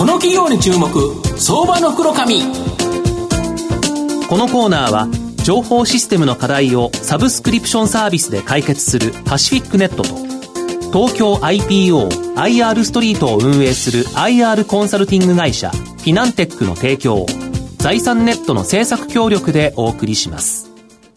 この企業に注目、相場の福の神。 このコーナーは情報システムの課題をサブスクリプションサービスで解決するパシフィックネットと、東京 IPO、IR ストリートを運営する IR コンサルティング会社フィナンテックの提供を財産ネットの制作協力でお送りします。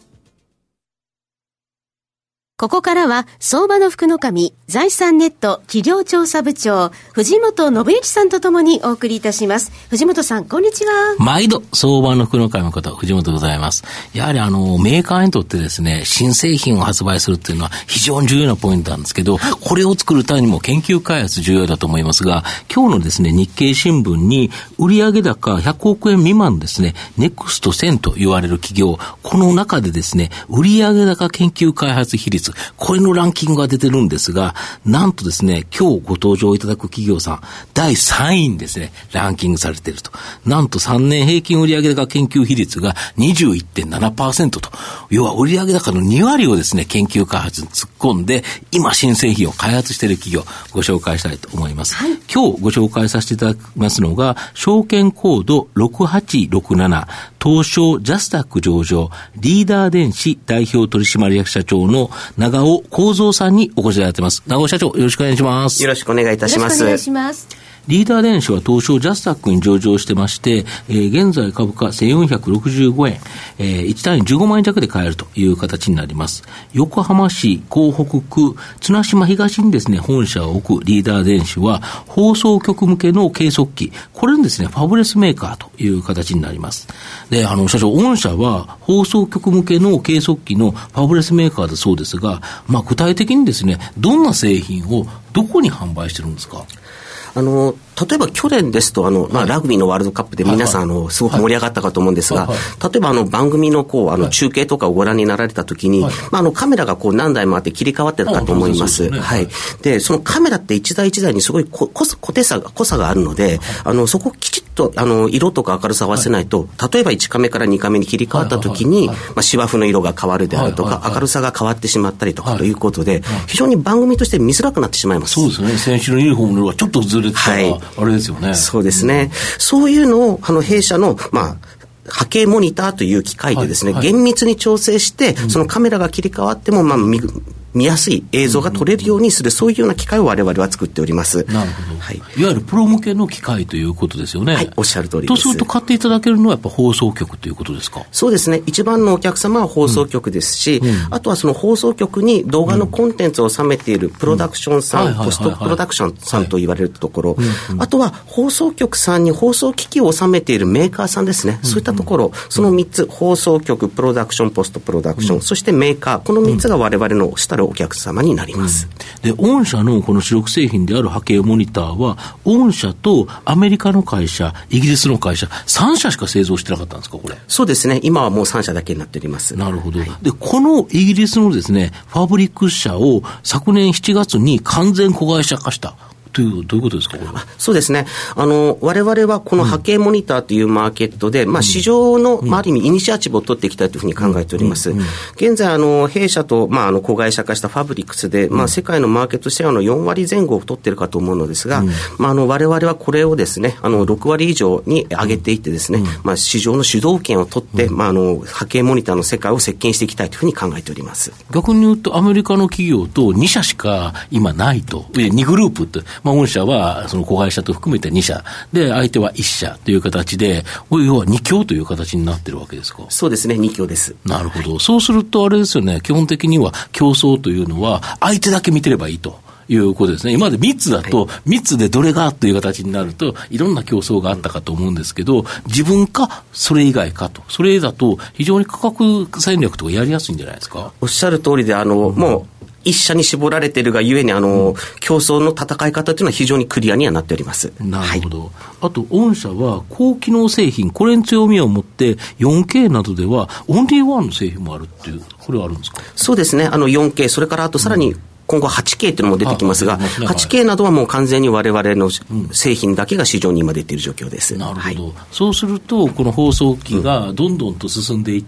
ここからは相場の福の神財産ネット企業調査部長藤本信之さんとともにお送りいたします。藤本さん、こんにちは。 毎度相場の福の神の方、藤本でございます。やはりメーカーにとってですね、新製品を発売するっていうのは非常に重要なポイントなんですけど、これを作るためにも研究開発重要だと思いますが、今日のですね、日経新聞に売上高100億円未満ですね、ネクスト1000と言われる企業、この中でですね、売上高研究開発比率、これのランキングが出てるんですが、なんとですね、今日ご登場いただく企業さん、第3位にですね、ランキングされていると。なんと3年平均売上高研究比率が 21.7% と。要は売上高の2割をですね、研究開発に突っ込んで、今新製品を開発している企業、ご紹介したいと思います。はい、今日ご紹介させていただきますのが、証券コード6867、東証ジャスタック上場、リーダー電子代表取締役社長の長尾幸三さんにお越しいただいています。長尾社長、よろしくお願いします。 よろしくお願いいたします。 よろしくお願いします。 リーダー電子は東証ジャスタックに上場してまして、現在株価1465円、1単位15万円弱で買えるという形になります。横浜市港北区綱島東にですね、本社を置くリーダー電子は、放送局向けの計測器、これにですね、ファブレスメーカーという形になります。で、社長、御社は放送局向けの計測器のファブレスメーカーだそうですが、具体的にですね、どんな製品をどこに販売してるんですか？ 例えば去年ですとラグビーのワールドカップで皆さんすごく盛り上がったかと思うんですが、例えば番組の中継とかをご覧になられたときに、カメラが何台もあって切り替わってたかと思います。はい。で、そのカメラって一台一台にすごい濃さがあるので、そこをきちっと色とか明るさを合わせないと、例えば1カメから2カメに切り替わったときに、芝生の色が変わるであるとか、明るさが変わってしまったりとかということで、非常に番組として見づらくなってしまいます。 そうですね。選手のユニフォームの色がちょっとずれてたら、はい、あれですよね。 そうですね。そういうのを弊社の波形モニターという機械でですね、厳密に調整して、そのカメラが切り替わっても見やすい映像が撮れるようにする、そういうような機械を我々は作っております。 なるほど。はい。いわゆるプロ向けの機械ということですよね。 はい、おっしゃる通りです。 とすると買っていただけるのはやっぱ放送局ということですか？ そうですね。一番のお客様は放送局ですし、あとはその放送局に動画のコンテンツを収めているプロダクションさん、ポストプロダクションさんと言われるところ、あとは放送局さんに放送機器を収めているメーカーさんですね。そういったところ、その3つ、放送局、プロダクション、ポストプロダクション、そしてメーカー、この3つが我々の主たるお客様になります。 で、御社のこの主力製品である波形モニターは、御社とアメリカの会社、イギリスの会社、3社しか製造してなかったんですか、これ？ そうですね。今はもう3社だけになっております。 なるほど。はい、で、このイギリスのですね、ファブリックス社を昨年7月に完全子会社化した。どういうことですか、これは？ そうですね。我々はこの波形モニターというマーケットで、市場の、ある意味イニシアチブを取っていきたいというふうに考えております。現在、弊社と、子会社化したファブリックスで、世界のマーケットシェアの4割前後を取っているかと思うのですが、我々はこれをですね、6割以上に上げていってですね、市場の主導権を取って、波形モニターの世界を席巻していきたいというふうに考えております。 逆に言うと、アメリカの企業と2社しか今ないと。2グループって、御社はその子会社と含めて2社で、相手は1社という形で、要は2強という形になってるわけですか？ そうですね、2強です。 なるほど。そうするとあれですよね、基本的には競争というのは相手だけ見てればいいということですね。今まで3つだと、3つでどれがという形になると、いろんな競争があったかと思うんですけど、自分かそれ以外かと、それだと非常に価格戦略とかやりやすいんじゃないですか？ おっしゃる通りで、もう一社に絞られているがゆえに競争の戦い方というのは非常にクリアにはなっております。 なるほど。あと御社は高機能製品、これに強みを持って 4K などではオンリーワンの製品もあるっていう、これはあるんですか？ そうですね。4K、それからあとさらに今後 8K というのも出てきますが、8K などはもう完全に我々の製品だけが市場に今出ている状況です。 なるほど。そうすると、この放送機がどんどんと進んでいって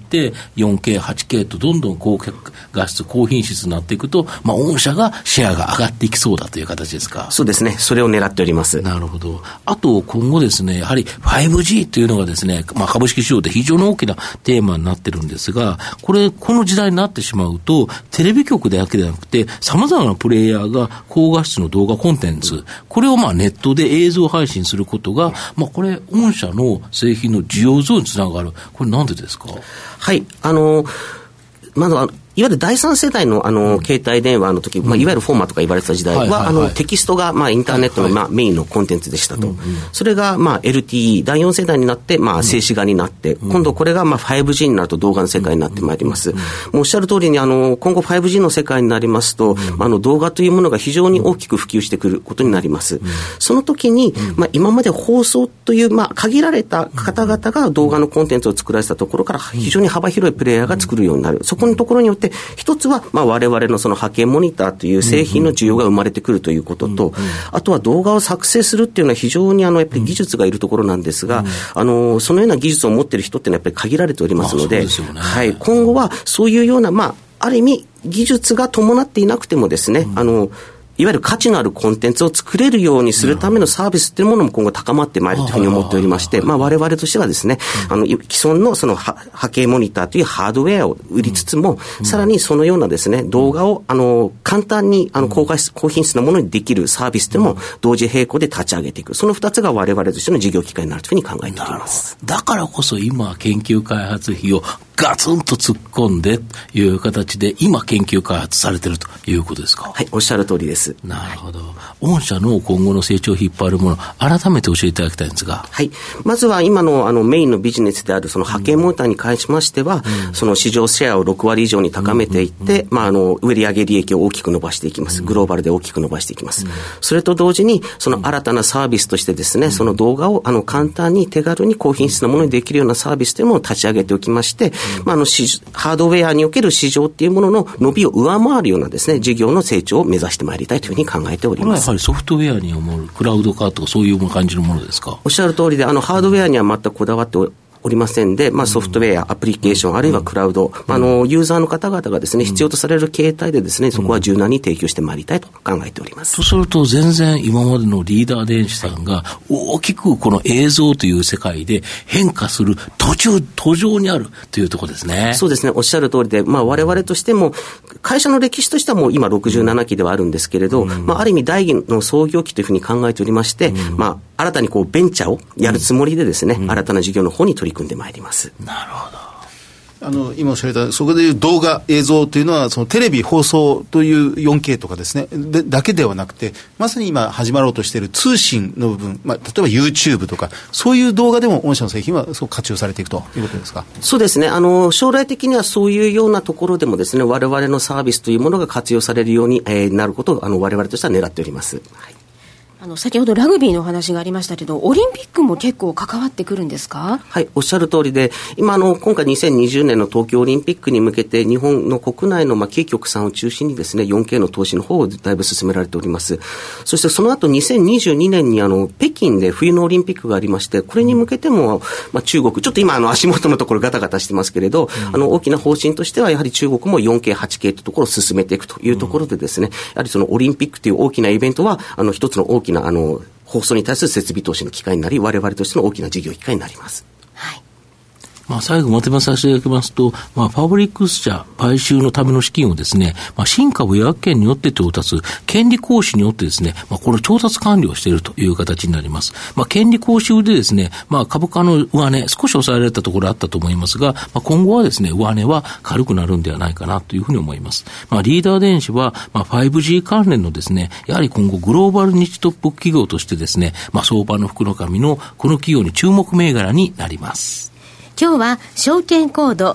、4K、8K とどんどん高画質、高品質になっていくと、御社がシェアが上がっていきそうだという形ですか。 そうですね。それを狙っております。 なるほど。あと、今後ですね、やはり 5G というのがですね、株式市場で非常に大きなテーマになってるんですが、この時代になってしまうと、テレビ局だけでなくて、様々なプレイヤーが高画質の動画コンテンツ、これをネットで映像配信することが、これ、御社の製品の需要増につながる。これなんでですか？ はい。まずいわゆる第三世代の携帯電話の時、いわゆるフォーマットが言われてた時代は、テキストがインターネットのメインのコンテンツでしたと。それがLTE、第4世代になって、静止画になって、今度これが5G になると動画の世界になってまいります。もうおっしゃる通りに、今後 5G の世界になりますと、動画というものが非常に大きく普及してくることになります。その時に、今まで放送という、限られた方々が動画のコンテンツを作られたところから、非常に幅広いプレイヤーが作るようになる。そこのところによって、一つは、我々のその波形モニターという製品の需要が生まれてくるということと、あとは動画を作成するっていうのは非常にやっぱり技術がいるところなんですが、そのような技術を持っている人っていうのはやっぱり限られておりますので、はい、今後はそういうような、ある意味技術が伴っていなくてもですね、いわゆる価値のあるコンテンツを作れるようにするためのサービスというものも今後高まってまいるというふうに思っておりまして、我々としてはですね、既存のその波形モニターというハードウェアを売りつつも、さらにそのようなですね、動画を簡単に高品質なものにできるサービスでも同時並行で立ち上げていく。その2つが我々としての事業機会になるというふうに考えております。 だからこそ今研究開発費をガツンと突っ込んでという形で今研究開発されているということですか？ はい、おっしゃる通りです。 なるほど。御社の今後の成長を引っ張るもの、改めて教えていただきたいんですが。 はい。まずは今のメインのビジネスであるその波形モニターに関しましては、その市場シェアを6割以上に高めていって、売上利益を大きく伸ばしていきます。グローバルで大きく伸ばしていきます。それと同時に、その新たなサービスとしてですね、その動画を簡単に手軽に高品質なものにできるようなサービスというものを立ち上げておきまして、ハードウェアにおける市場っていうものの伸びを上回るようなですね、事業の成長を目指してまいりたいというふうに考えております。 これはやはりソフトウェアに思うクラウド化とかそういう感じのものですか？ おっしゃる通りで、ハードウェアには全くこだわっておりませんで、ソフトウェア、アプリケーション、あるいはクラウド、ユーザーの方々がですね、必要とされる形態でですね、そこは柔軟に提供してまいりたいと考えております。 そうすると、全然今までのリーダー電子さんが大きくこの映像という世界で変化する途上にあるというところですね。 そうですね、おっしゃる通りで、我々としても、会社の歴史としてはもう今67期ではあるんですけれど、ある意味第二の創業期というふうに考えておりまして、新たにベンチャーをやるつもりでですね、新たな事業の方に取り組んでまいります。 なるほど。 今おっしゃられた、そこでいう動画、映像というのは、そのテレビ放送という 4K とかですね、だけではなくて、まさに今始まろうとしている通信の部分、例えば YouTube とか、そういう動画でも御社の製品はそう活用されていくということですか？ そうですね。将来的にはそういうようなところでもですね、我々のサービスというものが活用されるように、なることを、我々としては狙っております。はい。 先ほどラグビーのお話がありましたけど、オリンピックも結構関わってくるんですか？ はい、おっしゃる通りで、今今回2020年の東京オリンピックに向けて日本の国内のキー局さんを中心にですね、4K の投資の方をだいぶ進められております。そしてその後2022年に北京で冬のオリンピックがありまして、これに向けても、中国、ちょっと今足元のところガタガタしてますけれど、大きな方針としてはやはり中国も 4K、8K というところを進めていくというところでですね、やはりそのオリンピックという大きなイベントは一つの大きな放送に対する設備投資の機会になり、我々としての大きな事業機会になります。 はい。 最後まとめさせていただきますと、ファブリックス社買収のための資金をですね、新株予約権によって調達、権利行使によってですね、これ調達完了しているという形になります。権利行使でですね、株価の上値、少し抑えられたところあったと思いますが、今後はですね、上値は軽くなるんではないかなというふうに思います。リーダー電子は、5G 関連のですね、やはり今後グローバルニッチトップ企業としてですね、相場の福の神のこの企業に注目銘柄になります。 今日は証券コード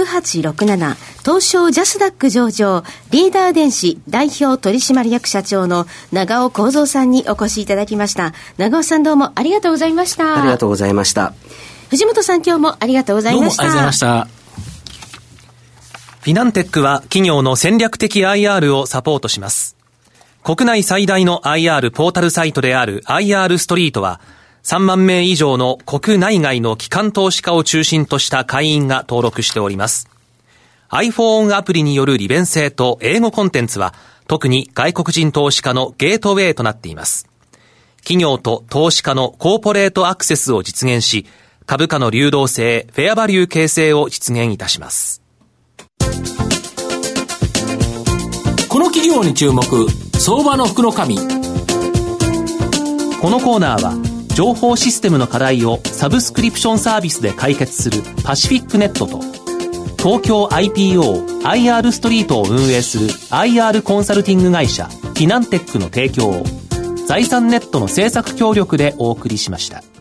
6867東証ジャスダック上場リーダー電子代表取締役社長の長尾幸三さんにお越しいただきました。長尾さんどうもありがとうございました。 ありがとうございました。 藤本さん今日もありがとうございました。 どうもありがとうございました。 フィナンテックは企業の戦略的 IR をサポートします。 国内最大の IR ポータルサイトである IR ストリートは、3万名以上の国内外の機関投資家を中心とした会員が登録しております。iPhone アプリによる利便性と英語コンテンツは、特に外国人投資家のゲートウェイとなっています。企業と投資家のコーポレートアクセスを実現し、株価の流動性、フェアバリュー形成を実現いたします。 この企業に注目、相場の福の神。 このコーナーは情報システムの課題をサブスクリプションサービスで解決するパシフィックネットと、東京 IPO、IR ストリートを運営する IR コンサルティング会社フィナンテックの提供を財産ネットの制作協力でお送りしました。